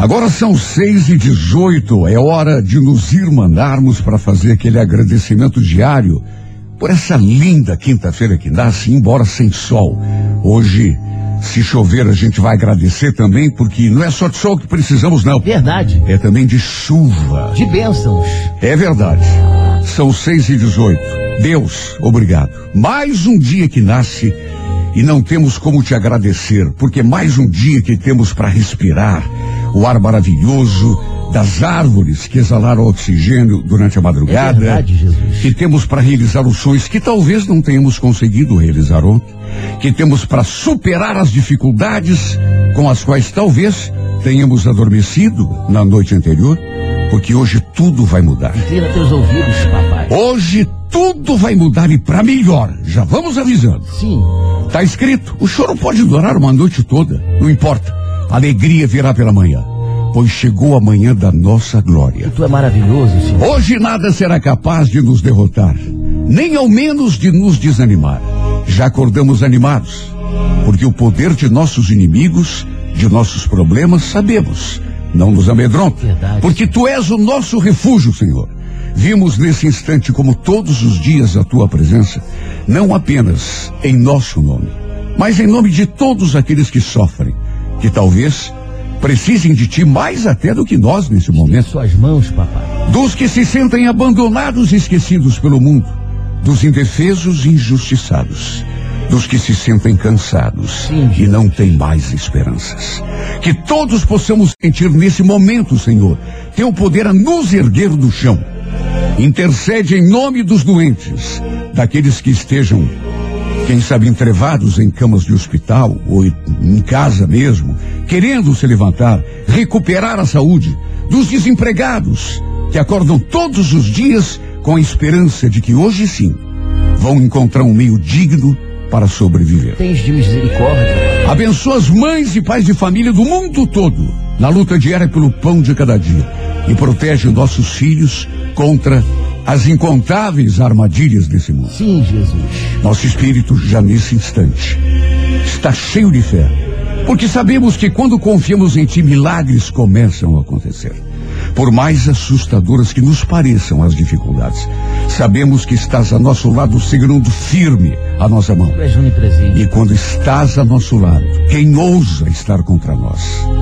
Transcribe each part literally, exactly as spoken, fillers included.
Agora são seis e dezoito, é hora de nos irmandarmos para fazer aquele agradecimento diário por essa linda quinta-feira que nasce, embora sem sol. Hoje, se chover, a gente vai agradecer também, porque não é só de sol que precisamos, não. Verdade. É também de chuva. De bênçãos. É verdade. São seis e dezoito. Deus, obrigado. Mais um dia que nasce e não temos como te agradecer, porque mais um dia que temos para respirar o ar maravilhoso das árvores que exalaram oxigênio durante a madrugada. É verdade, Jesus. Que temos para realizar os sonhos que talvez não tenhamos conseguido realizar ontem. Que temos para superar as dificuldades com as quais talvez tenhamos adormecido na noite anterior. Porque hoje tudo vai mudar. Inclina teus ouvidos, papai. Hoje tudo vai mudar e para melhor. Já vamos avisando. Sim. Tá escrito, o choro pode durar uma noite toda. Não importa. A alegria virá pela manhã. Pois chegou a manhã da nossa glória. E tu é maravilhoso, Senhor. Hoje nada será capaz de nos derrotar. Nem ao menos de nos desanimar. Já acordamos animados. Porque o poder de nossos inimigos, de nossos problemas, sabemos. Não nos amedronta. Verdade. Porque tu és o nosso refúgio, Senhor. Vimos nesse instante como todos os dias a tua presença, não apenas em nosso nome, mas em nome de todos aqueles que sofrem, que talvez precisem de ti mais até do que nós nesse momento. Em suas mãos, papai. Dos que se sentem abandonados e esquecidos pelo mundo, dos indefesos e injustiçados, dos que se sentem cansados Sim, e não têm mais esperanças. Que todos possamos sentir nesse momento, Senhor, teu poder a nos erguer do chão. Intercede em nome dos doentes, daqueles que estejam, quem sabe, entrevados em camas de hospital ou em casa mesmo, querendo se levantar, recuperar a saúde, dos desempregados, que acordam todos os dias com a esperança de que hoje sim vão encontrar um meio digno para sobreviver. Tens de misericórdia. Abençoa as mães e pais de família do mundo todo, na luta diária pelo pão de cada dia, e protege nossos filhos contra as incontáveis armadilhas desse mundo. Sim, Jesus. Nosso espírito, já nesse instante, está cheio de fé, porque sabemos que quando confiamos em ti, milagres começam a acontecer. Por mais assustadoras que nos pareçam as dificuldades, sabemos que estás a nosso lado, segurando firme a nossa mão. Tu és onipresente. E quando estás a nosso lado, quem ousa estar contra nós?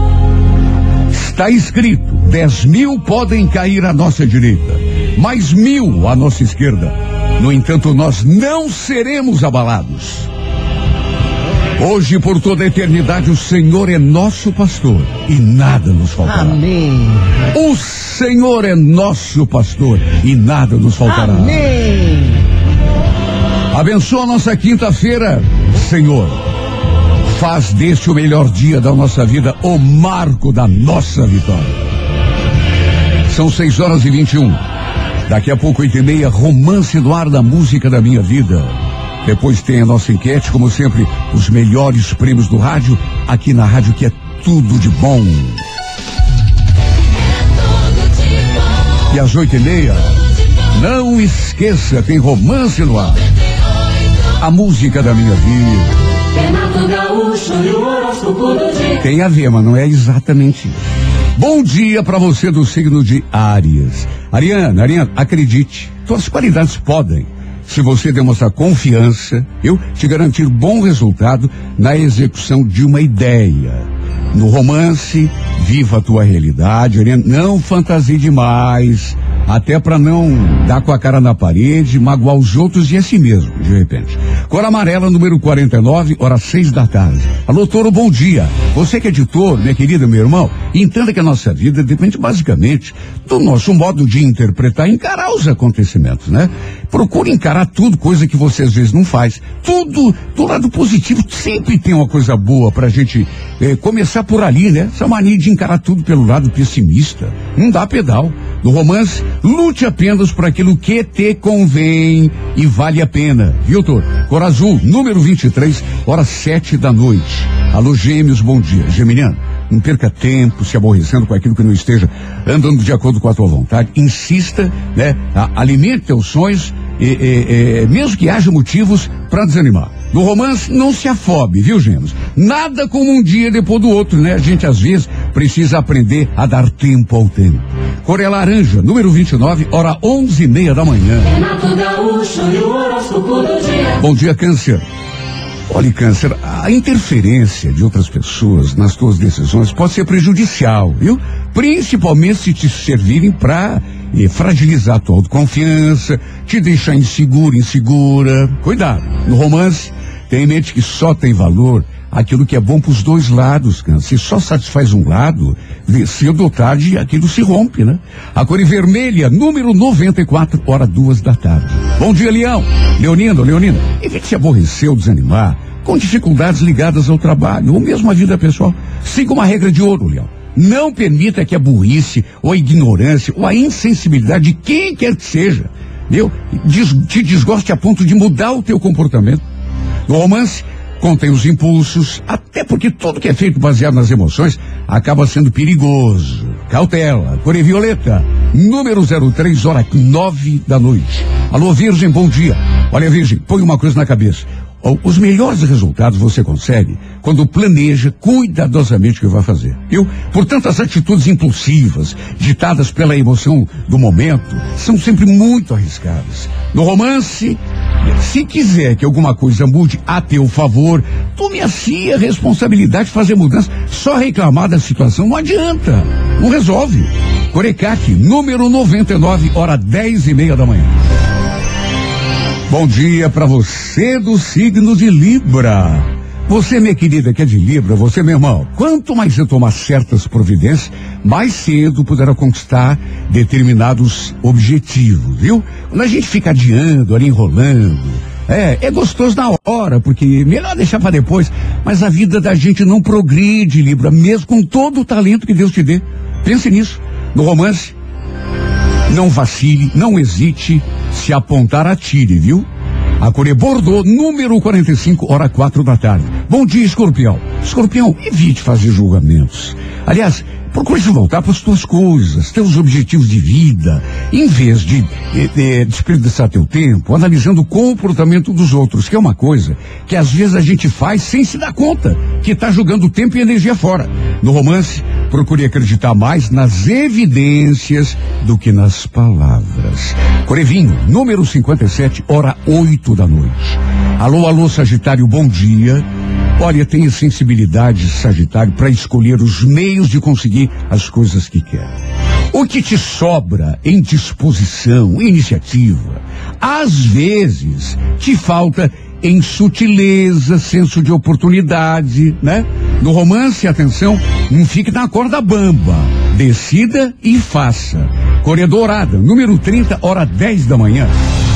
Está escrito, dez mil podem cair à nossa direita, mais mil à nossa esquerda. No entanto, nós não seremos abalados. Hoje, por toda a eternidade, o Senhor é nosso pastor e nada nos faltará. Amém. O Senhor é nosso pastor e nada nos faltará. Amém. Abençoa nossa quinta-feira, Senhor. Faz deste o melhor dia da nossa vida, o marco da nossa vitória. São seis horas e vinte e um. Daqui a pouco, oito e meia, romance no ar da música da minha vida. Depois tem a nossa enquete, como sempre, os melhores prêmios do rádio, aqui na rádio, que é tudo de bom. E às oito e meia, não esqueça, tem romance no ar. A música da minha vida. Tem a ver, mas não é exatamente isso. Bom dia para você do signo de Áries. Ariana, Ariana, acredite, suas qualidades podem, se você demonstrar confiança, eu te garantir bom resultado na execução de uma ideia. No romance, viva a tua realidade, Ariana, não fantasie demais, até para não dar com a cara na parede, magoar os outros e a si mesmo, de repente. Cor amarela, número quarenta e nove, horas seis da tarde. Alô, Touro, bom dia. Você que é de Touro, minha querida, meu irmão, entenda que a nossa vida depende basicamente do nosso modo de interpretar e encarar os acontecimentos, né? Procure encarar tudo, coisa que você às vezes não faz. Tudo do lado positivo, sempre tem uma coisa boa pra gente eh, começar por ali, né? Essa mania de encarar tudo pelo lado pessimista. Não dá pedal. No romance, lute apenas por aquilo que te convém e vale a pena. Viu, Touro? Cor azul, número vinte e três, horas sete da noite. Alô, Gêmeos, bom dia. Geminiano, não perca tempo se aborrecendo com aquilo que não esteja andando de acordo com a tua vontade. Insista, né? A, alimente teus sonhos, e, e, e, mesmo que haja motivos para desanimar. No romance, não se afobe, viu, gêmeos? Nada como um dia depois do outro, né? A gente, às vezes, precisa aprender a dar tempo ao tempo. Cor é laranja, número vinte e nove, hora onze e meia da manhã. Bom dia, Câncer. Olha, Câncer, a interferência de outras pessoas nas tuas decisões pode ser prejudicial, viu? Principalmente se te servirem para eh, fragilizar a tua autoconfiança, te deixar inseguro, insegura. Cuidado. No romance, tenha em mente que só tem valor aquilo que é bom para os dois lados, Câncer. Se só satisfaz um lado, cedo ou tarde aquilo se rompe, né? A cor é vermelha, número noventa e quatro, hora duas da tarde. Bom dia, Leão. Leonino, Leonina, evite se aborrecer ou desanimar com dificuldades ligadas ao trabalho ou mesmo à vida pessoal. Siga uma regra de ouro, Leão. Não permita que a burrice ou a ignorância ou a insensibilidade de quem quer que seja, meu, des, te desgoste a ponto de mudar o teu comportamento. No romance, contém os impulsos, até porque tudo que é feito baseado nas emoções acaba sendo perigoso. Cautela, cor é violeta, número zero três, hora nove da noite. Alô, Virgem, bom dia. Olha, Virgem, põe uma coisa na cabeça. Os melhores resultados você consegue quando planeja cuidadosamente o que vai fazer, viu? Portanto, as atitudes impulsivas, ditadas pela emoção do momento, são sempre muito arriscadas. No romance, se quiser que alguma coisa mude a teu favor, tome a si a responsabilidade de fazer mudança. Só reclamar da situação não adianta, não resolve. Corecaque, número noventa e nove, hora dez e meia da manhã. Bom dia para você do signo de Libra. Você, minha querida, que é de Libra, você, meu irmão, quanto mais você tomar certas providências, mais cedo poderá conquistar determinados objetivos, viu? Quando a gente fica adiando, ali enrolando, é, é gostoso na hora, porque melhor deixar para depois, mas a vida da gente não progride, Libra, mesmo com todo o talento que Deus te dê. Pense nisso. No romance, não vacile, não hesite, se apontar, atire, viu? A cor é Bordeaux, número quarenta e cinco, hora quatro da tarde. Bom dia, Escorpião. Escorpião, evite fazer julgamentos. Aliás, procure se voltar para as tuas coisas, teus objetivos de vida, em vez de eh, eh, desperdiçar teu tempo analisando o comportamento dos outros, que é uma coisa que às vezes a gente faz sem se dar conta que está jogando tempo e energia fora. No romance, procure acreditar mais nas evidências do que nas palavras. Corevinho, número cinquenta e sete, hora oito da noite. Alô, alô, Sagitário, bom dia. Olha, tenha sensibilidade, Sagitário, para escolher os meios de conseguir as coisas que quer. O que te sobra em disposição, iniciativa, às vezes te falta em sutileza, senso de oportunidade, né? No romance, atenção, não fique na corda bamba. Decida e faça. Cor é dourada, número trinta, hora dez da manhã.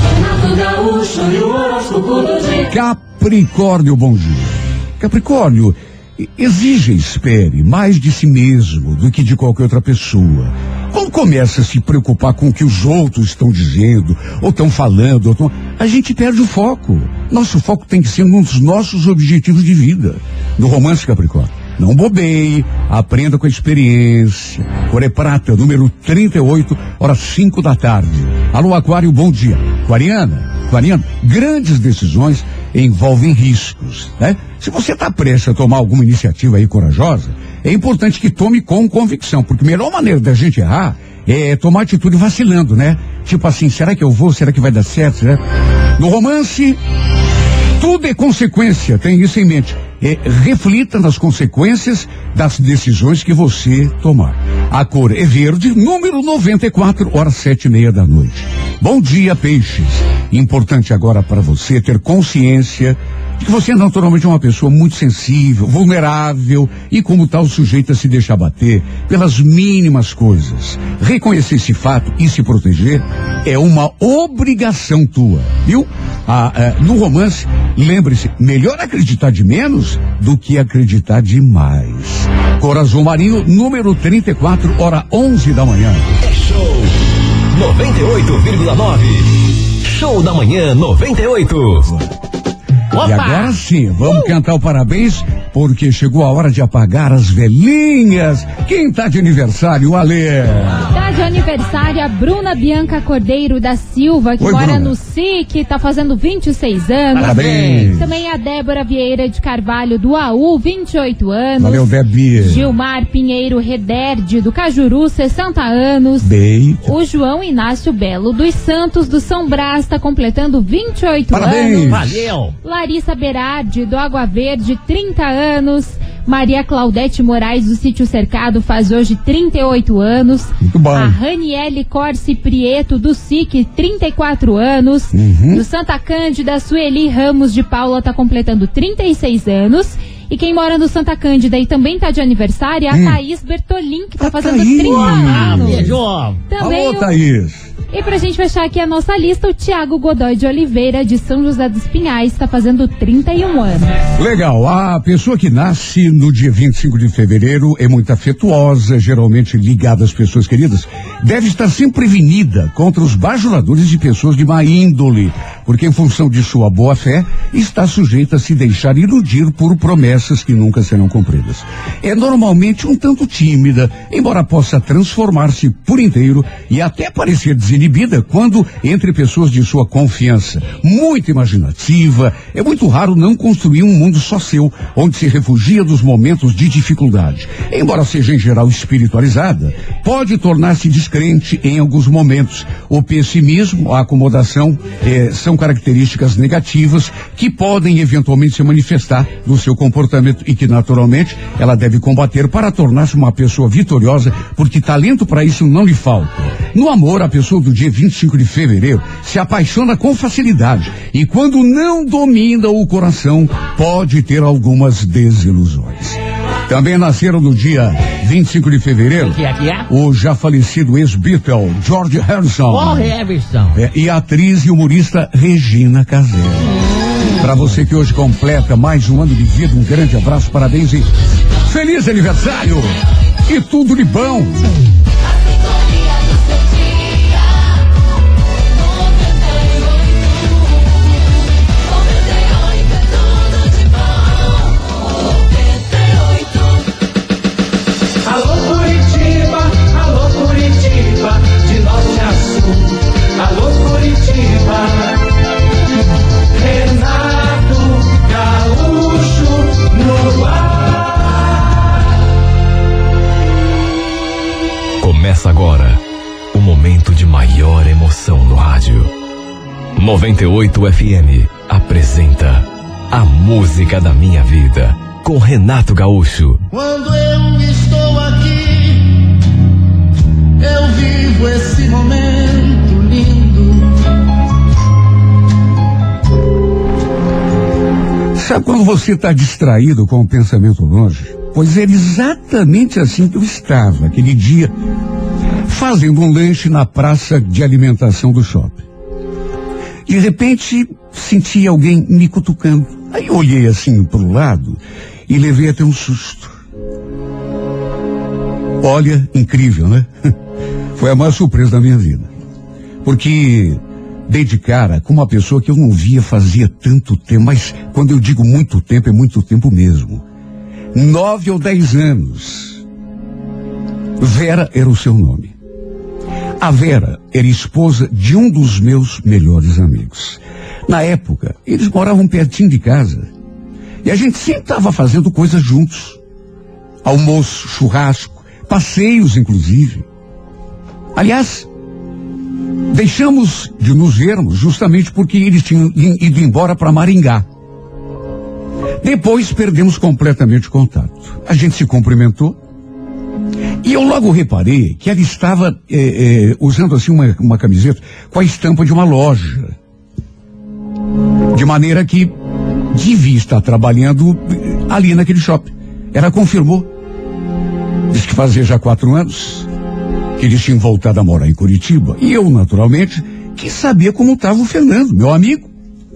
Capricórnio, bom dia. Capricórnio, exija e espere mais de si mesmo do que de qualquer outra pessoa. Quando começa a se preocupar com o que os outros estão dizendo, ou estão falando, ou tão, a gente perde o foco. Nosso foco tem que ser um dos nossos objetivos de vida. No romance, Capricórnio, não bobeie, aprenda com a experiência. Cor é prata, número trinta e oito, horas cinco da tarde. Alô, Aquário, bom dia. Aquariana, Aquariano, grandes decisões envolvem riscos, né? Se você está prestes a tomar alguma iniciativa aí corajosa, é importante que tome com convicção, porque a melhor maneira da gente errar é tomar atitude vacilando, né? Tipo assim, será que eu vou? Será que vai dar certo? Né? No romance, tudo é consequência, tem isso em mente. É, reflita nas consequências das decisões que você tomar. A cor é verde, número noventa e quatro, horas sete e meia da noite. Bom dia, peixes. Importante agora para você ter consciência de que você é naturalmente uma pessoa muito sensível, vulnerável e como tal sujeita a se deixar bater pelas mínimas coisas. Reconhecer esse fato e se proteger é uma obrigação tua, viu? Ah, ah, no romance, lembre-se, melhor acreditar de menos do que acreditar demais. Cor azul marinho, número trinta e quatro, hora onze da manhã. É show noventa e oito vírgula nove. Show da manhã noventa e oito. Opa! E agora sim, vamos uh! cantar o parabéns, porque chegou a hora de apagar as velhinhas. Quem tá de aniversário, Alê? Tá de de aniversário a Bruna Bianca Cordeiro da Silva, que Oi, mora Bruna. no S I C, tá fazendo vinte e seis anos. Parabéns. Também a Débora Vieira de Carvalho do A U, vinte e oito anos. Valeu, Debi. Gilmar Pinheiro Rederde do Cajuru, sessenta anos. Beijo. O João Inácio Belo dos Santos do São Brás está completando vinte e oito Parabéns. anos. Valeu. Larissa Berardi do Água Verde, trinta anos. Maria Claudete Moraes do Sítio Cercado faz hoje trinta e oito anos. Muito bom. A Raniele Corsi Prieto do S I C, trinta e quatro anos. Uhum. Do Santa Cândida, Sueli Ramos de Paula está completando trinta e seis anos. E quem mora no Santa Cândida e também tá de aniversário é a Hum. Thaís Bertolin, que tá A fazendo Thaís. trinta Ah, anos. beijo. Também Alô, o- Thaís. E pra gente fechar aqui a nossa lista, o Tiago Godoy de Oliveira, de São José dos Pinhais, está fazendo trinta e um anos. Legal, a pessoa que nasce no dia vinte e cinco de fevereiro é muito afetuosa, geralmente ligada às pessoas queridas, deve estar sempre prevenida contra os bajuladores de pessoas de má índole, porque em função de sua boa fé, está sujeita a se deixar iludir por promessas que nunca serão cumpridas. É normalmente um tanto tímida, embora possa transformar-se por inteiro e até parecer desinibida quando entre pessoas de sua confiança. Muito imaginativa, é muito raro não construir um mundo só seu, onde se refugia dos momentos de dificuldade. Embora seja em geral espiritualizada, pode tornar-se descrente em alguns momentos. O pessimismo, a acomodação, eh, são características negativas que podem eventualmente se manifestar no seu comportamento e que naturalmente ela deve combater para tornar-se uma pessoa vitoriosa, porque talento para isso não lhe falta. No amor, a pessoa do dia vinte e cinco de fevereiro se apaixona com facilidade e quando não domina o coração, pode ter algumas desilusões. Também nasceram no dia vinte e cinco de fevereiro Aqui, aqui é. o já falecido ex-Beatle George Harrison. Ó, Everson. É, e a atriz e humorista Regina Casé. Para você que hoje completa mais um ano de vida, um grande abraço, parabéns e feliz aniversário! E tudo de bom! Alô Curitiba, alô Curitiba, de norte a sul. Alô Curitiba, Renato Gaúcho no ar. Começa agora o momento de maior emoção no rádio. noventa e oito F M apresenta A Música da Minha Vida com Renato Gaúcho. Quando eu estou aqui, eu vivo esse momento lindo. Sabe quando você está distraído com o pensamento longe? Pois era exatamente assim que eu estava aquele dia, fazendo um lanche na praça de alimentação do shopping. De repente, senti alguém me cutucando. Aí eu olhei assim para o lado e levei até um susto. Olha, incrível, né? Foi a maior surpresa da minha vida. Porque dei de cara com uma pessoa que eu não via fazia tanto tempo, mas quando eu digo muito tempo, é muito tempo mesmo. Nove ou dez anos. Vera era o seu nome. A Vera era esposa de um dos meus melhores amigos. Na época, eles moravam pertinho de casa. E a gente sempre estava fazendo coisas juntos. Almoço, churrasco, passeios inclusive. Aliás, deixamos de nos vermos justamente porque eles tinham ido embora para Maringá. Depois perdemos completamente o contato. A gente se cumprimentou. E eu logo reparei que ela estava eh, eh, usando assim uma, uma camiseta com a estampa de uma loja. De maneira que devia estar trabalhando ali naquele shopping. Ela confirmou. Diz que fazia já quatro anos que eles tinham voltado a morar em Curitiba. E eu, naturalmente, quis saber como estava o Fernando, meu amigo.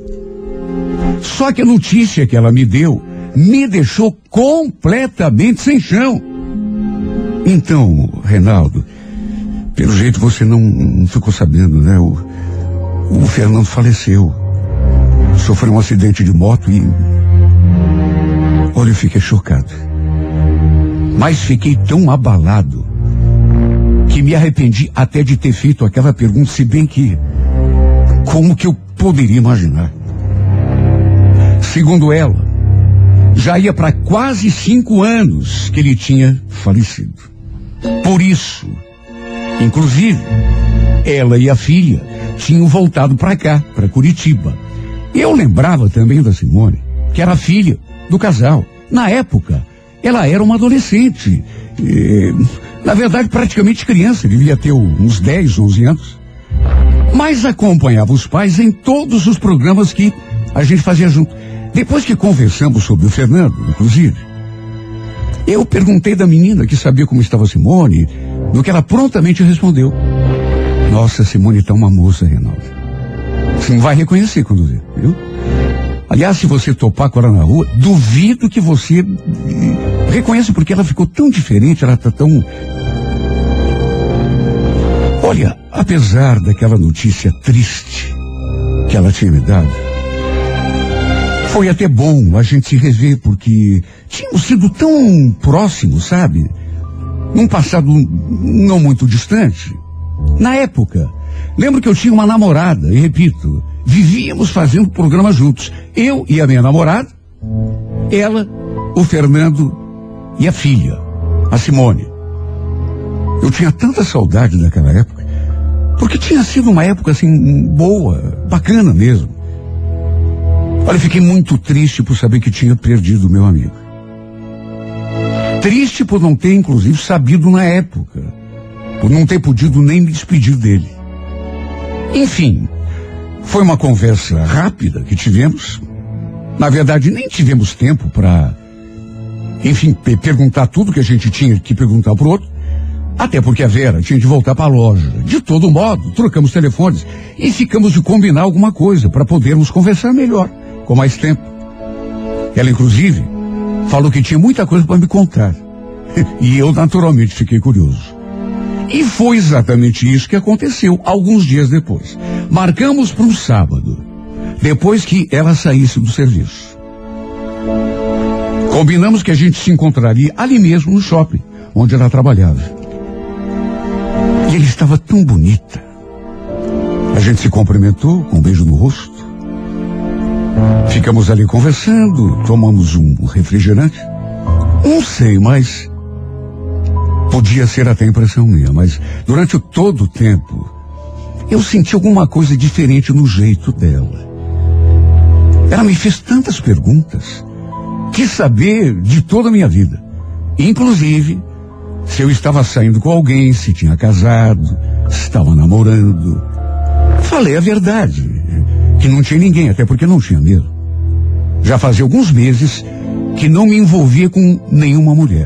Só que a notícia que ela me deu me deixou completamente sem chão. Então, Reinaldo, pelo jeito você não, não ficou sabendo, né? O, o Fernando faleceu. Sofreu um acidente de moto e... Olha, eu fiquei chocado. Mas fiquei tão abalado que me arrependi até de ter feito aquela pergunta, se bem que como que eu poderia imaginar? Segundo ela, já ia para quase cinco anos que ele tinha falecido. Por isso, inclusive, ela e a filha tinham voltado para cá, para Curitiba. Eu lembrava também da Simone, que era filha do casal. Na época, ela era uma adolescente. E, na verdade, praticamente criança, devia ter uns dez, onze anos. Mas acompanhava os pais em todos os programas que a gente fazia junto. Depois que conversamos sobre o Fernando, inclusive, eu perguntei da menina que sabia como estava a Simone, no que ela prontamente respondeu. Nossa, Simone tá uma moça, Reinaldo. Você não vai reconhecer quando ver, viu? Aliás, se você topar com ela na rua, duvido que você reconheça, porque ela ficou tão diferente, ela tá tão... Olha, apesar daquela notícia triste que ela tinha me dado, foi até bom a gente se rever, porque tínhamos sido tão próximos, sabe? Num passado não muito distante. Na época, lembro que eu tinha uma namorada, e repito, vivíamos fazendo programa juntos. Eu e a minha namorada, ela, o Fernando e a filha, a Simone. Eu tinha tanta saudade daquela época, porque tinha sido uma época assim, boa, bacana mesmo. Olha, fiquei muito triste por saber que tinha perdido o meu amigo. Triste por não ter, inclusive, sabido na época. Por não ter podido nem me despedir dele. Enfim, foi uma conversa rápida que tivemos. Na verdade, nem tivemos tempo para, enfim, perguntar tudo que a gente tinha que perguntar pro outro. Até porque a Vera tinha de voltar para a loja. De todo modo, trocamos telefones e ficamos de combinar alguma coisa para podermos conversar melhor, com mais tempo. Ela, inclusive, falou que tinha muita coisa para me contar. E eu, naturalmente, fiquei curioso. E foi exatamente isso que aconteceu alguns dias depois. Marcamos para um sábado, depois que ela saísse do serviço. Combinamos que a gente se encontraria ali mesmo no shopping, onde ela trabalhava. E ela estava tão bonita. A gente se cumprimentou com um beijo no rosto. Ficamos ali conversando, tomamos um refrigerante. Não sei, mas podia ser até impressão minha, mas durante todo o tempo eu senti alguma coisa diferente no jeito dela. Ela me fez tantas perguntas, quis saber de toda a minha vida, inclusive se eu estava saindo com alguém, se tinha casado, se estava namorando. Falei a verdade, que não tinha ninguém, até porque não tinha mesmo. Já fazia alguns meses que não me envolvia com nenhuma mulher.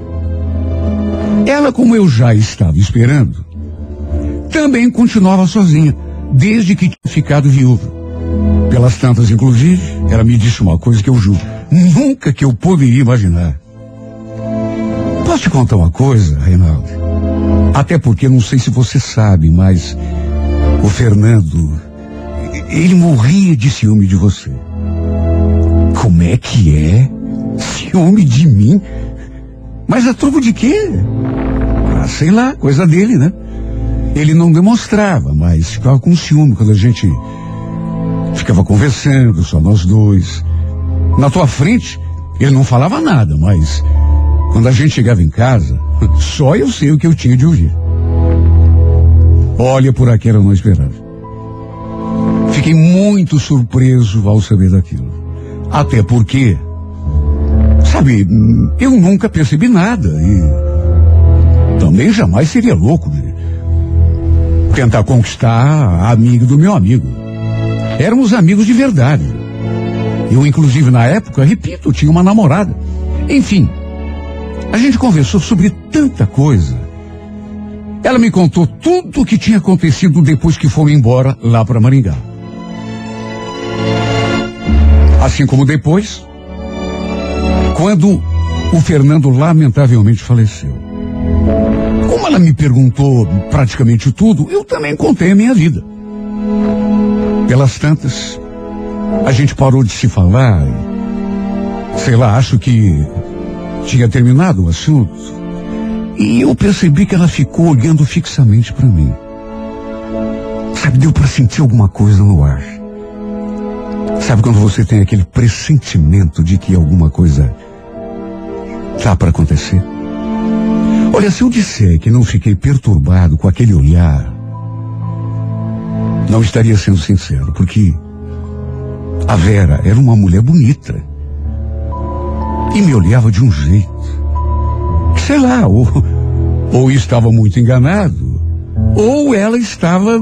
Ela, como eu já estava esperando, também continuava sozinha, desde que tinha ficado viúva. Pelas tantas, inclusive, ela me disse uma coisa que eu juro, nunca que eu poderia imaginar. Posso te contar uma coisa, Reinaldo? Até porque, não sei se você sabe, mas o Fernando, ele morria de ciúme de você. Como é que é? Ciúme de mim? Mas a troco de quê? Ah, sei lá, coisa dele, né? Ele não demonstrava, mas ficava com ciúme quando a gente ficava conversando, só nós dois. Na tua frente, ele não falava nada, mas quando a gente chegava em casa, só eu sei o que eu tinha de ouvir. Olha, por aqui eu não esperava. Fiquei muito surpreso ao saber daquilo. Até porque, sabe, eu nunca percebi nada e também jamais seria louco de tentar conquistar a amiga do meu amigo. Éramos amigos de verdade. Eu, inclusive, na época, repito, tinha uma namorada. Enfim, a gente conversou sobre tanta coisa. Ela me contou tudo o que tinha acontecido depois que fomos embora lá para Maringá. Assim como depois, quando o Fernando lamentavelmente faleceu. Como ela me perguntou praticamente tudo, eu também contei a minha vida. Pelas tantas, a gente parou de se falar. E, sei lá, acho que tinha terminado o assunto. E eu percebi que ela ficou olhando fixamente para mim. Sabe, deu para sentir alguma coisa no ar. Sabe quando você tem aquele pressentimento de que alguma coisa tá para acontecer? Olha, se eu disser que não fiquei perturbado com aquele olhar, não estaria sendo sincero, porque a Vera era uma mulher bonita e me olhava de um jeito, sei lá, ou, ou estava muito enganado, ou ela estava,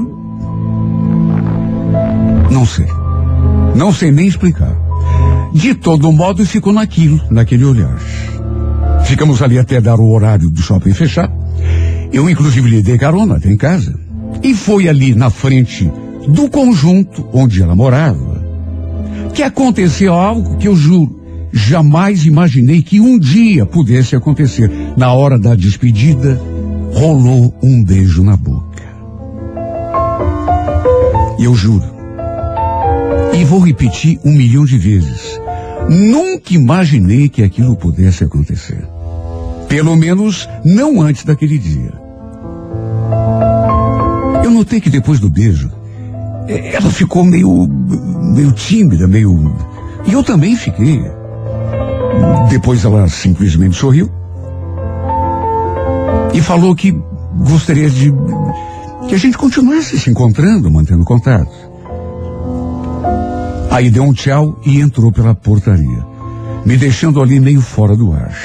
não sei, não sei nem explicar. De todo modo, ficou naquilo, naquele olhar. Ficamos ali até dar o horário do shopping fechar. Eu, inclusive, lhe dei carona até em casa. E foi ali na frente do conjunto onde ela morava que aconteceu algo que eu juro, jamais imaginei que um dia pudesse acontecer. Na hora da despedida, rolou um beijo na boca. E eu juro, e vou repetir um milhão de vezes, nunca imaginei que aquilo pudesse acontecer. Pelo menos não antes daquele dia. Eu notei que depois do beijo, ela ficou meio, meio tímida, meio... E eu também fiquei. Depois ela simplesmente sorriu e falou que gostaria de que a gente continuasse se encontrando, mantendo contato. Aí deu um tchau e entrou pela portaria, me deixando ali meio fora do ar.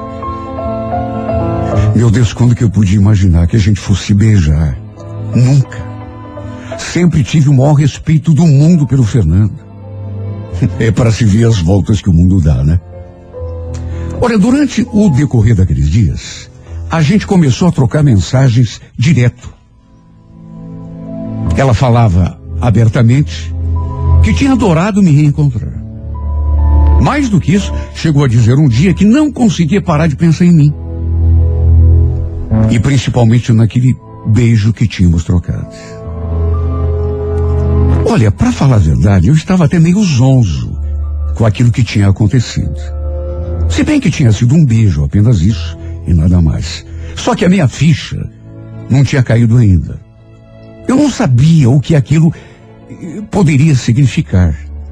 Meu Deus, quando que eu podia imaginar que a gente fosse beijar? Nunca. Sempre tive o maior respeito do mundo pelo Fernando. É para se ver as voltas que o mundo dá, né? Olha, durante o decorrer daqueles dias, a gente começou a trocar mensagens direto. Ela falava abertamente que tinha adorado me reencontrar. Mais do que isso, chegou a dizer um dia que não conseguia parar de pensar em mim. E principalmente naquele beijo que tínhamos trocado. Olha, para falar a verdade, eu estava até meio zonzo com aquilo que tinha acontecido. Se bem que tinha sido um beijo, apenas isso, e nada mais. Só que a minha ficha não tinha caído ainda. Eu não sabia o que aquilo poderia significar.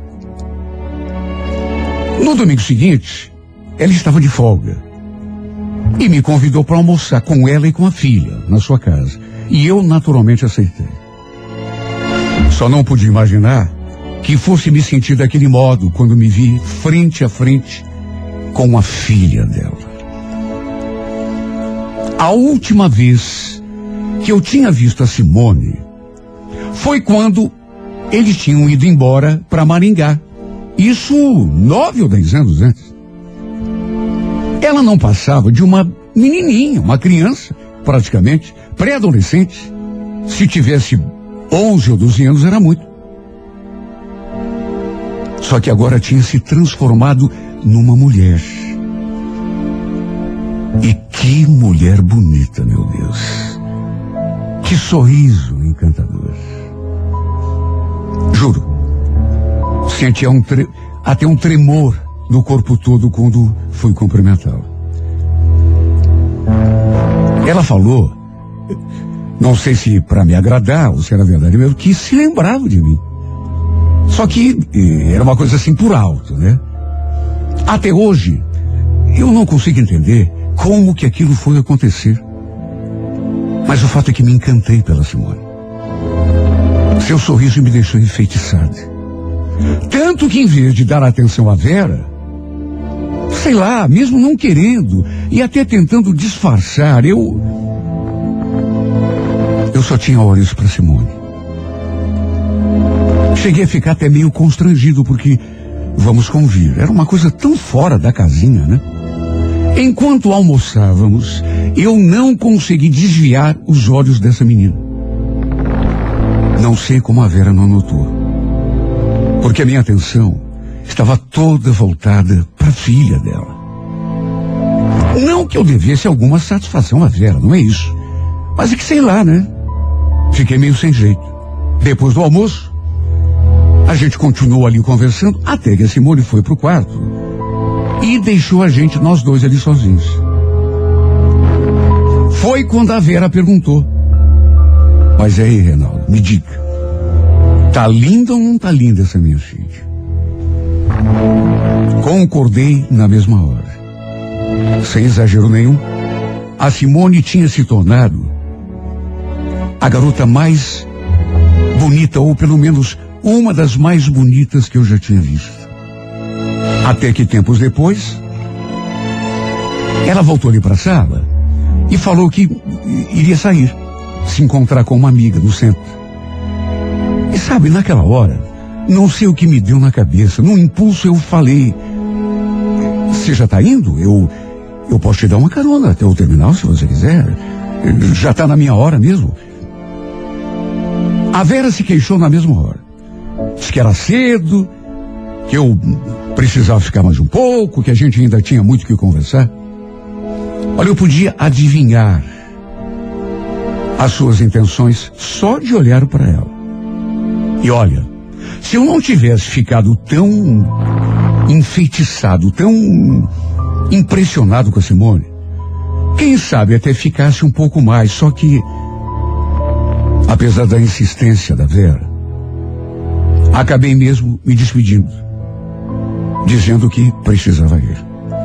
No domingo seguinte, ela estava de folga e me convidou para almoçar com ela e com a filha na sua casa. E eu naturalmente aceitei. Só não pude imaginar que fosse me sentir daquele modo quando me vi frente a frente com a filha dela. A última vez que eu tinha visto a Simone foi quando eles tinham ido embora para Maringá. Isso nove ou dez anos antes. Ela não passava de uma menininha, uma criança, praticamente, pré-adolescente. Se tivesse onze ou doze anos era muito. Só que agora tinha se transformado numa mulher. E que mulher bonita, meu Deus. Que sorriso encantador. Juro, sentia um tre- até um tremor no corpo todo quando fui cumprimentá-la. Ela falou, não sei se para me agradar ou se era verdade mesmo, que se lembrava de mim. Só que era uma coisa assim por alto, né? Até hoje, eu não consigo entender como que aquilo foi acontecer. Mas o fato é que me encantei pela Simone. Seu sorriso me deixou enfeitiçado. Tanto que em vez de dar atenção à Vera, sei lá, mesmo não querendo e até tentando disfarçar, eu... Eu só tinha olhos para Simone. Cheguei a ficar até meio constrangido porque, vamos convir, era uma coisa tão fora da casinha, né? Enquanto almoçávamos, eu não consegui desviar os olhos dessa menina. Não sei como a Vera não notou. Porque a minha atenção estava toda voltada para a filha dela. Não que eu devesse alguma satisfação à Vera, não é isso. Mas é que sei lá, né? Fiquei meio sem jeito. Depois do almoço, a gente continuou ali conversando até que a Simone foi pro quarto e deixou a gente, nós dois ali sozinhos. Foi quando a Vera perguntou: mas aí, Reinaldo, me diga, tá linda ou não tá linda essa minha filha? Concordei na mesma hora. Sem exagero nenhum, a Simone tinha se tornado a garota mais bonita, ou pelo menos uma das mais bonitas que eu já tinha visto. Até que tempos depois, ela voltou ali para a sala e falou que iria sair, se encontrar com uma amiga no centro. E sabe, naquela hora, não sei o que me deu na cabeça, num impulso eu falei: você já tá indo? Eu, eu posso te dar uma carona até o terminal, se você quiser. Já tá na minha hora mesmo. A Vera se queixou na mesma hora. Disse que era cedo, que eu precisava ficar mais um pouco, que a gente ainda tinha muito o que conversar. Olha, eu podia adivinhar as suas intenções só de olhar para ela. E olha, se eu não tivesse ficado tão enfeitiçado, tão impressionado com a Simone, quem sabe até ficasse um pouco mais. Só que, apesar da insistência da Vera, acabei mesmo me despedindo, dizendo que precisava ir.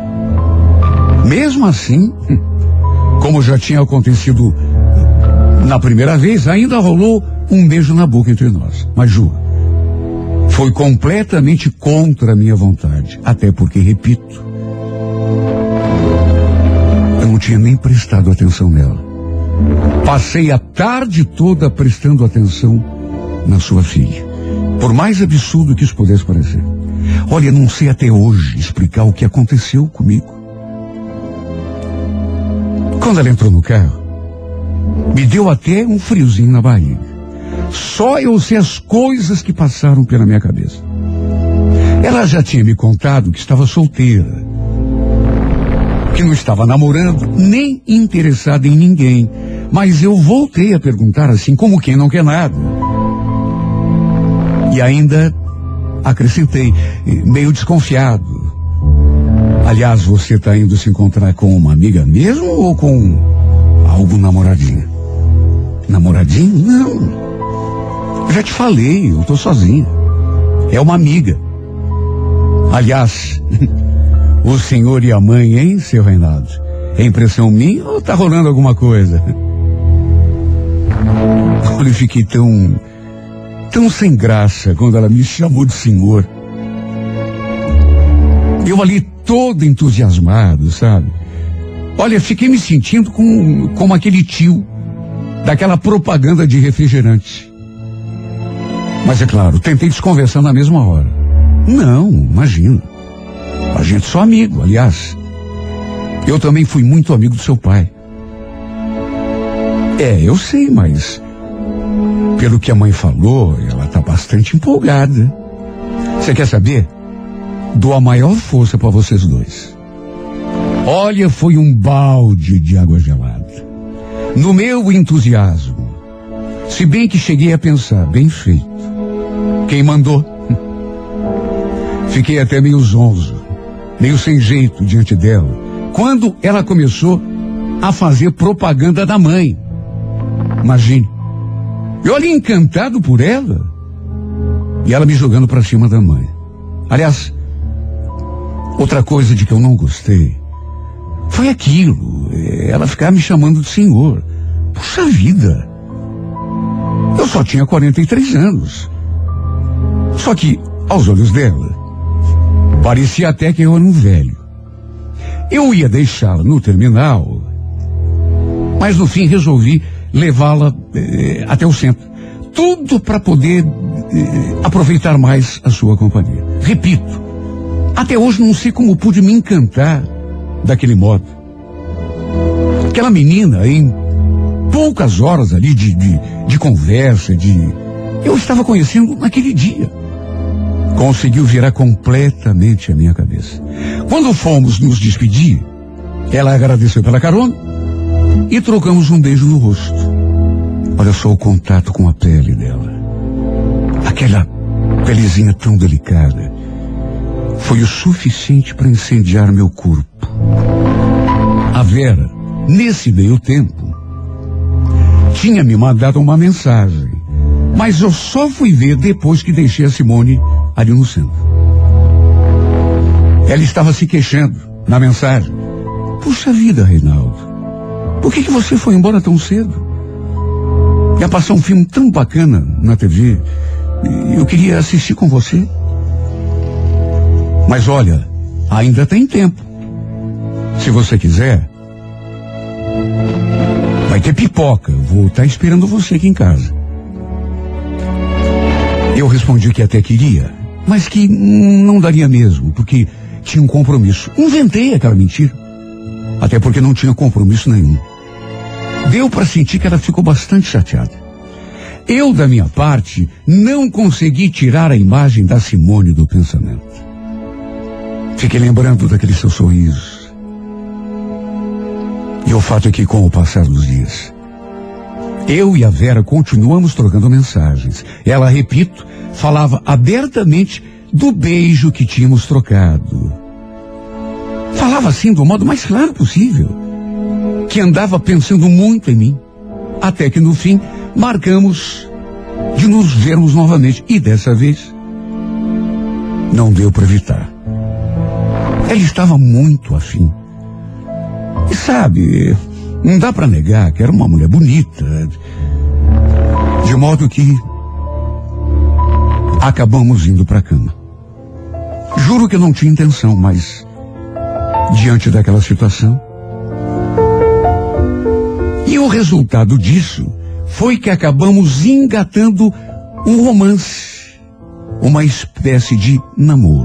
Mesmo assim, como já tinha acontecido na primeira vez, ainda rolou um beijo na boca entre nós. Mas juro, foi completamente contra a minha vontade. Até porque, repito, eu não tinha nem prestado atenção nela. Passei a tarde toda prestando atenção na sua filha. Por mais absurdo que isso pudesse parecer. Olha, não sei até hoje explicar o que aconteceu comigo. Quando ela entrou no carro, me deu até um friozinho na barriga. Só eu sei as coisas que passaram pela minha cabeça. Ela já tinha me contado que estava solteira, que não estava namorando, nem interessada em ninguém. Mas eu voltei a perguntar assim, como quem não quer nada. E ainda acrescentei, meio desconfiado: aliás, você está indo se encontrar com uma amiga mesmo ou com algum namoradinho? Namoradinho? Não. Eu já te falei, eu tô sozinho. É uma amiga. Aliás, o senhor e a mãe, hein, seu Reinaldo? É impressão minha ou tá rolando alguma coisa? Eu fiquei tão, tão sem graça quando ela me chamou de senhor. Eu ali todo entusiasmado, sabe? Olha, fiquei me sentindo com, como aquele tio daquela propaganda de refrigerante. Mas é claro, tentei desconversar na mesma hora. Não, imagina. A gente é só amigo, aliás. Eu também fui muito amigo do seu pai. É, eu sei, mas pelo que a mãe falou, ela tá bastante empolgada. Você quer saber? Dou a maior força para vocês dois. Olha, foi um balde de água gelada. No meu entusiasmo, se bem que cheguei a pensar, bem feito. Quem mandou? Fiquei até meio zonzo, meio sem jeito diante dela, quando ela começou a fazer propaganda da mãe. Imagine. Eu ali encantado por ela, e ela me jogando pra cima da mãe. Aliás, outra coisa de que eu não gostei foi aquilo, ela ficar me chamando de senhor. Puxa vida, eu só tinha quarenta e três anos. Só que, aos olhos dela, parecia até que eu era um velho. Eu ia deixá-la no terminal, mas no fim resolvi levá-la eh, até o centro. Tudo para poder eh, aproveitar mais a sua companhia. Repito, até hoje não sei como pude me encantar daquele modo. Aquela menina, em poucas horas ali de, de, de conversa, de eu estava conhecendo naquele dia, conseguiu virar completamente a minha cabeça. Quando fomos nos despedir, ela agradeceu pela carona e trocamos um beijo no rosto. Olha só o contato com a pele dela. Aquela pelezinha tão delicada foi o suficiente para incendiar meu corpo. A Vera nesse meio tempo, tinha me mandado uma mensagem, mas eu só fui ver depois que deixei a Simone ali no centro. Ela estava se queixando na mensagem. Puxa vida, Reinaldo, por que que você foi embora tão cedo? Ia passar um filme tão bacana na T V, e eu queria assistir com você. Mas olha, ainda tem tempo. Se você quiser, vai ter pipoca. Vou estar esperando você aqui em casa. Eu respondi que até queria, mas que não daria mesmo, porque tinha um compromisso. Inventei aquela mentira, até porque não tinha compromisso nenhum. Deu para sentir que ela ficou bastante chateada. Eu, da minha parte, não consegui tirar a imagem da Simone do pensamento. Fiquei lembrando daquele seu sorriso. E o fato é que, com o passar dos dias, eu e a Vera continuamos trocando mensagens. Ela, repito, falava abertamente do beijo que tínhamos trocado. Falava assim do modo mais claro possível, que andava pensando muito em mim. Até que no fim, marcamos de nos vermos novamente. E dessa vez, não deu para evitar. Ela estava muito afim. E sabe, não dá para negar que era uma mulher bonita. De modo que acabamos indo para a cama. Juro que eu não tinha intenção, mas diante daquela situação. E o resultado disso foi que acabamos engatando um romance, uma espécie de namoro.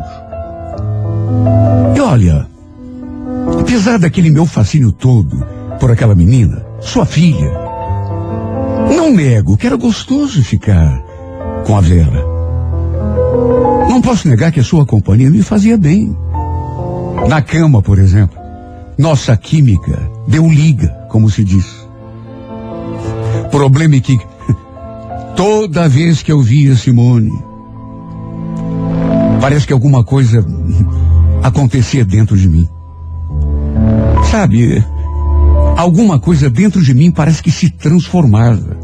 E olha, apesar daquele meu fascínio todo por aquela menina, sua filha, não nego que era gostoso ficar com a Vera. Não posso negar que a sua companhia me fazia bem. Na cama, por exemplo, nossa química deu liga, como se diz. Problema é que toda vez que eu via Simone, parece que alguma coisa acontecia dentro de mim. Sabe, alguma coisa dentro de mim parece que se transformava.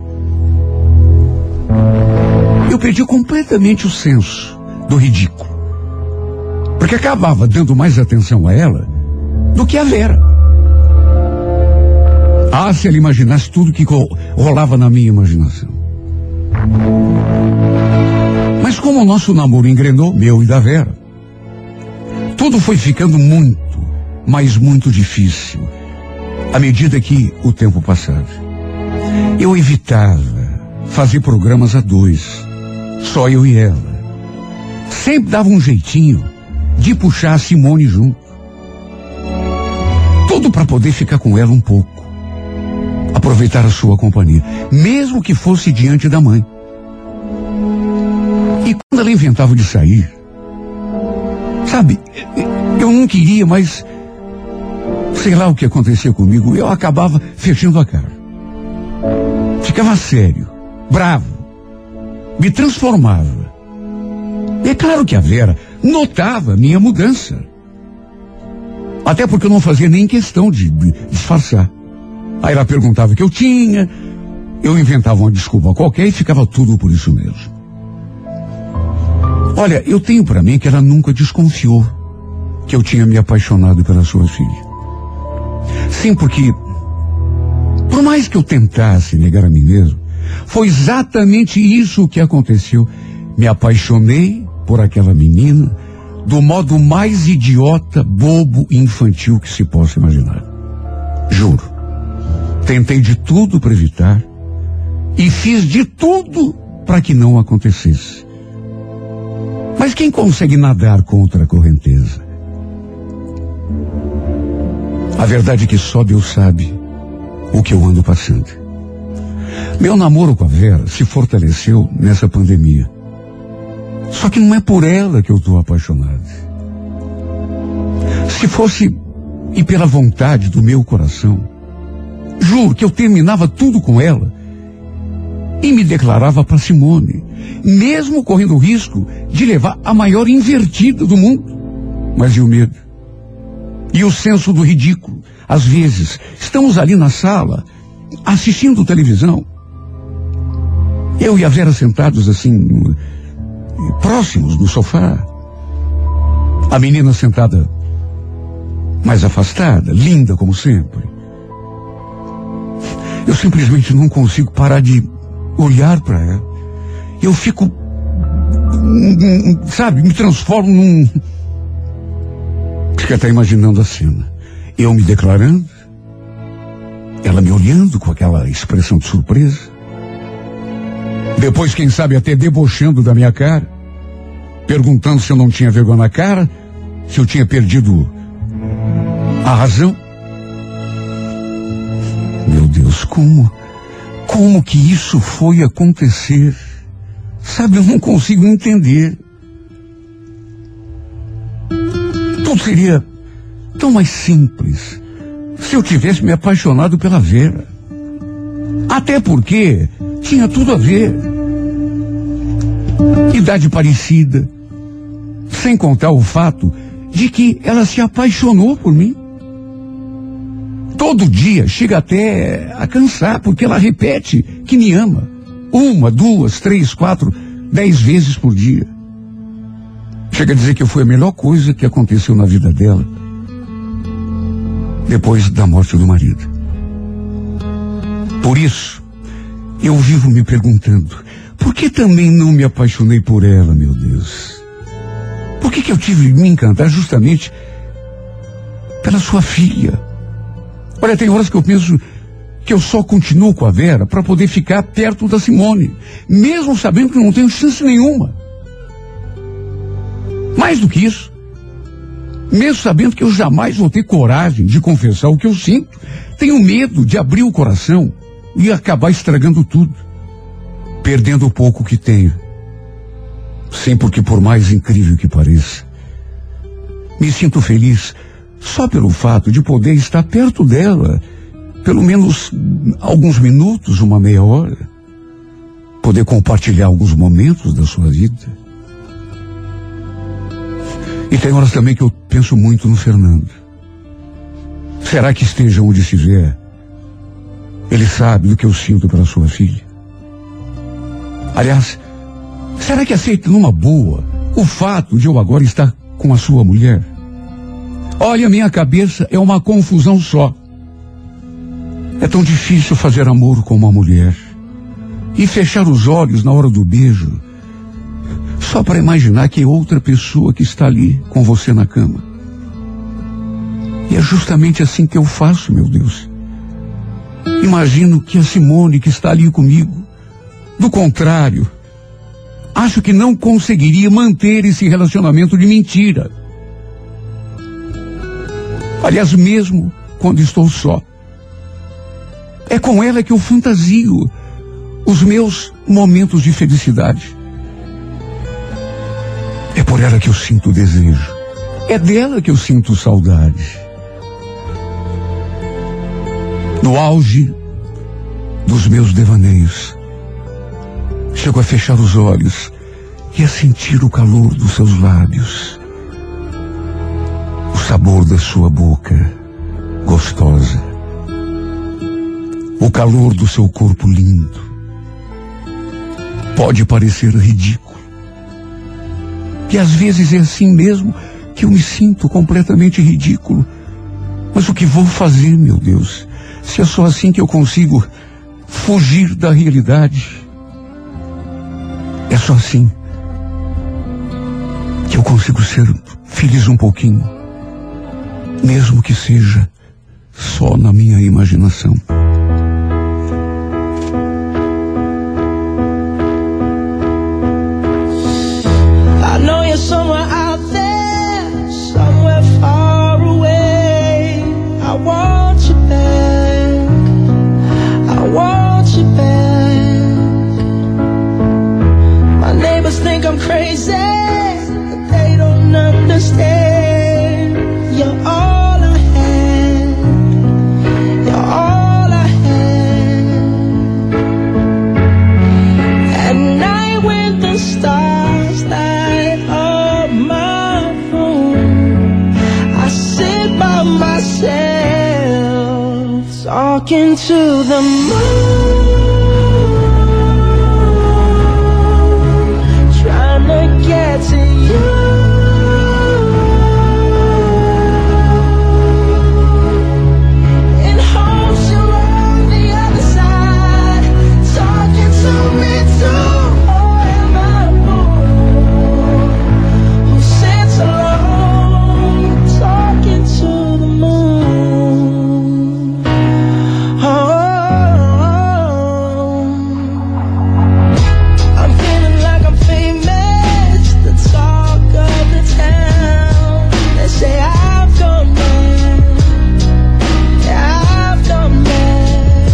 Eu perdi completamente o senso do ridículo, porque acabava dando mais atenção a ela do que a Vera. Ah, se ela imaginasse tudo que rolava na minha imaginação. Mas como o nosso namoro engrenou, meu e da Vera, tudo foi ficando muito, mas muito difícil, à medida que o tempo passava. Eu evitava fazer programas a dois, só eu e ela. Sempre dava um jeitinho de puxar a Simone junto. Tudo para poder ficar com ela um pouco. Aproveitar a sua companhia, mesmo que fosse diante da mãe. E quando ela inventava de sair, sabe, eu não queria, mas sei lá o que acontecia comigo, eu acabava fechando a cara. Ficava sério, bravo, me transformava. E é claro que a Vera notava minha mudança. Até porque eu não fazia nem questão de disfarçar. Aí ela perguntava o que eu tinha, eu inventava uma desculpa qualquer e ficava tudo por isso mesmo. Olha, eu tenho para mim que ela nunca desconfiou que eu tinha me apaixonado pela sua filha. Sim, porque por mais que eu tentasse negar a mim mesmo, foi exatamente isso que aconteceu. Me apaixonei por aquela menina do modo mais idiota, bobo e infantil que se possa imaginar. Juro. Tentei de tudo para evitar e fiz de tudo para que não acontecesse. Mas quem consegue nadar contra a correnteza? A verdade é que só Deus sabe o que eu ando passando. Meu namoro com a Vera se fortaleceu nessa pandemia. Só que não é por ela que eu estou apaixonado. Se fosse e pela vontade do meu coração, juro que eu terminava tudo com ela e me declarava para Simone, mesmo correndo o risco de levar a maior invertida do mundo. Mas e o medo? E o senso do ridículo. Às vezes, estamos ali na sala, assistindo televisão. Eu e a Vera sentados assim, próximos do sofá. A menina sentada mais afastada, linda como sempre. Eu simplesmente não consigo parar de olhar para ela. Eu fico, sabe, me transformo num... Fica até imaginando a cena. Eu me declarando, ela me olhando com aquela expressão de surpresa. Depois, quem sabe, até debochando da minha cara, perguntando se eu não tinha vergonha na cara, se eu tinha perdido a razão. Meu Deus, como, como que isso foi acontecer? Sabe, eu não consigo entender. Tudo seria tão mais simples se eu tivesse me apaixonado pela Vera. Até porque tinha tudo a ver. Idade parecida, sem contar o fato de que ela se apaixonou por mim. Todo dia chega até a cansar, porque ela repete que me ama. Uma, duas, três, quatro, dez vezes por dia. Chega a dizer que eu fui a melhor coisa que aconteceu na vida dela, depois da morte do marido. Por isso, eu vivo me perguntando, por que também não me apaixonei por ela, meu Deus? Por que que eu tive que me encantar justamente pela sua filha? Olha, tem horas que eu penso que eu só continuo com a Vera para poder ficar perto da Simone, mesmo sabendo que não tenho chance nenhuma. Mais do que isso, mesmo sabendo que eu jamais vou ter coragem de confessar o que eu sinto, tenho medo de abrir o coração e acabar estragando tudo, perdendo o pouco que tenho. Sim, porque por mais incrível que pareça, me sinto feliz só pelo fato de poder estar perto dela, pelo menos alguns minutos, uma meia hora, poder compartilhar alguns momentos da sua vida. E tem horas também que eu penso muito no Fernando. Será que esteja onde estiver, ele sabe do que eu sinto pela sua filha? Aliás, será que aceita numa boa o fato de eu agora estar com a sua mulher? Olha, minha cabeça é uma confusão só. É tão difícil fazer amor com uma mulher e fechar os olhos na hora do beijo, só para imaginar que é outra pessoa que está ali com você na cama. E é justamente assim que eu faço, meu Deus. Imagino que a Simone que está ali comigo, do contrário, acho que não conseguiria manter esse relacionamento de mentira. Aliás, mesmo quando estou só, é com ela que eu fantasio os meus momentos de felicidade. É por ela que eu sinto desejo. É dela que eu sinto saudade. No auge dos meus devaneios, chego a fechar os olhos e a sentir o calor dos seus lábios, o sabor da sua boca gostosa, o calor do seu corpo lindo. Pode parecer ridículo, e às vezes é assim mesmo que eu me sinto completamente ridículo. Mas o que vou fazer, meu Deus, se é só assim que eu consigo fugir da realidade? É só assim que eu consigo ser feliz um pouquinho, mesmo que seja só na minha imaginação. Somewhere out there, somewhere far away, I want you back, I want you back. My neighbors think I'm crazy, but they don't understand. You're all I had, you're all I talking to the moon, trying to get to you. In hopes you're on the other side, talking to me too. Or am I a fool who sits alone, talking to the moon? Oh, I'm feeling like I'm famous, the talk of the town. They say I've done bad, yeah, I've done bad,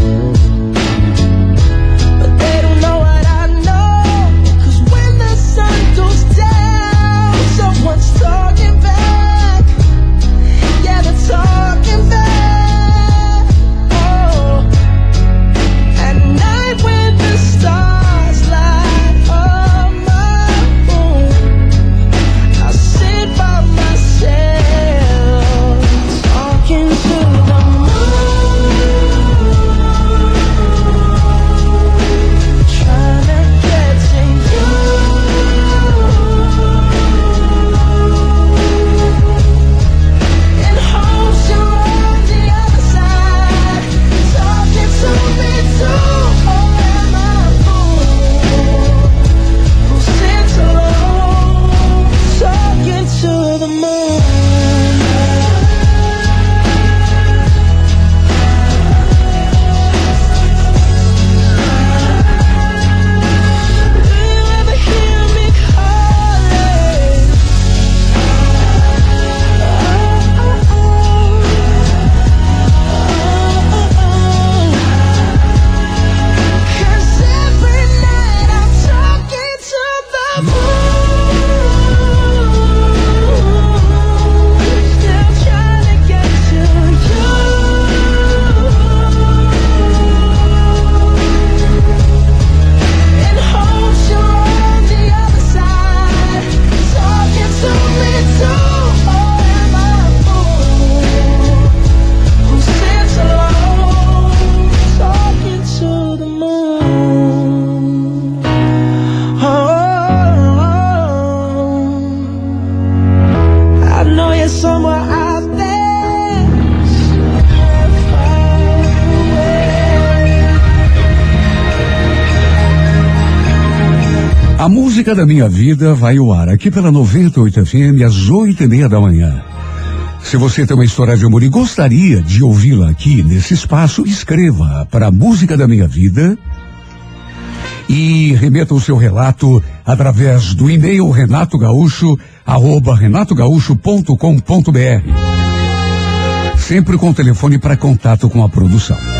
but they don't know what I know. 'Cause when the sun goes down, someone's talking back. Yeah, they're talking back. Oh, at night when the stars light up my room, I sit by myself, talking to the moon, trying to get to you. In hopes you're on the other side, talking to me too. Or am I a fool who sits alone, talking to the moon? Do you ever hear me calling? Cause every night I'm talking to the moon, still trying to get to you. In hopes you're on the other side, talking to me too. Or am I a fool who sits alone, talking to the moon? Oh, I know you're somewhere out there, somewhere far away. A música da minha vida vai ao ar aqui pela noventa e oito F M às oito e meia da manhã. Se você tem uma história de amor e gostaria de ouvi-la aqui nesse espaço, escreva para a música da minha vida e remeta o seu relato através do e-mail renatogaúcho arroba renatogaúcho ponto com ponto br. Sempre com telefone para contato com a produção.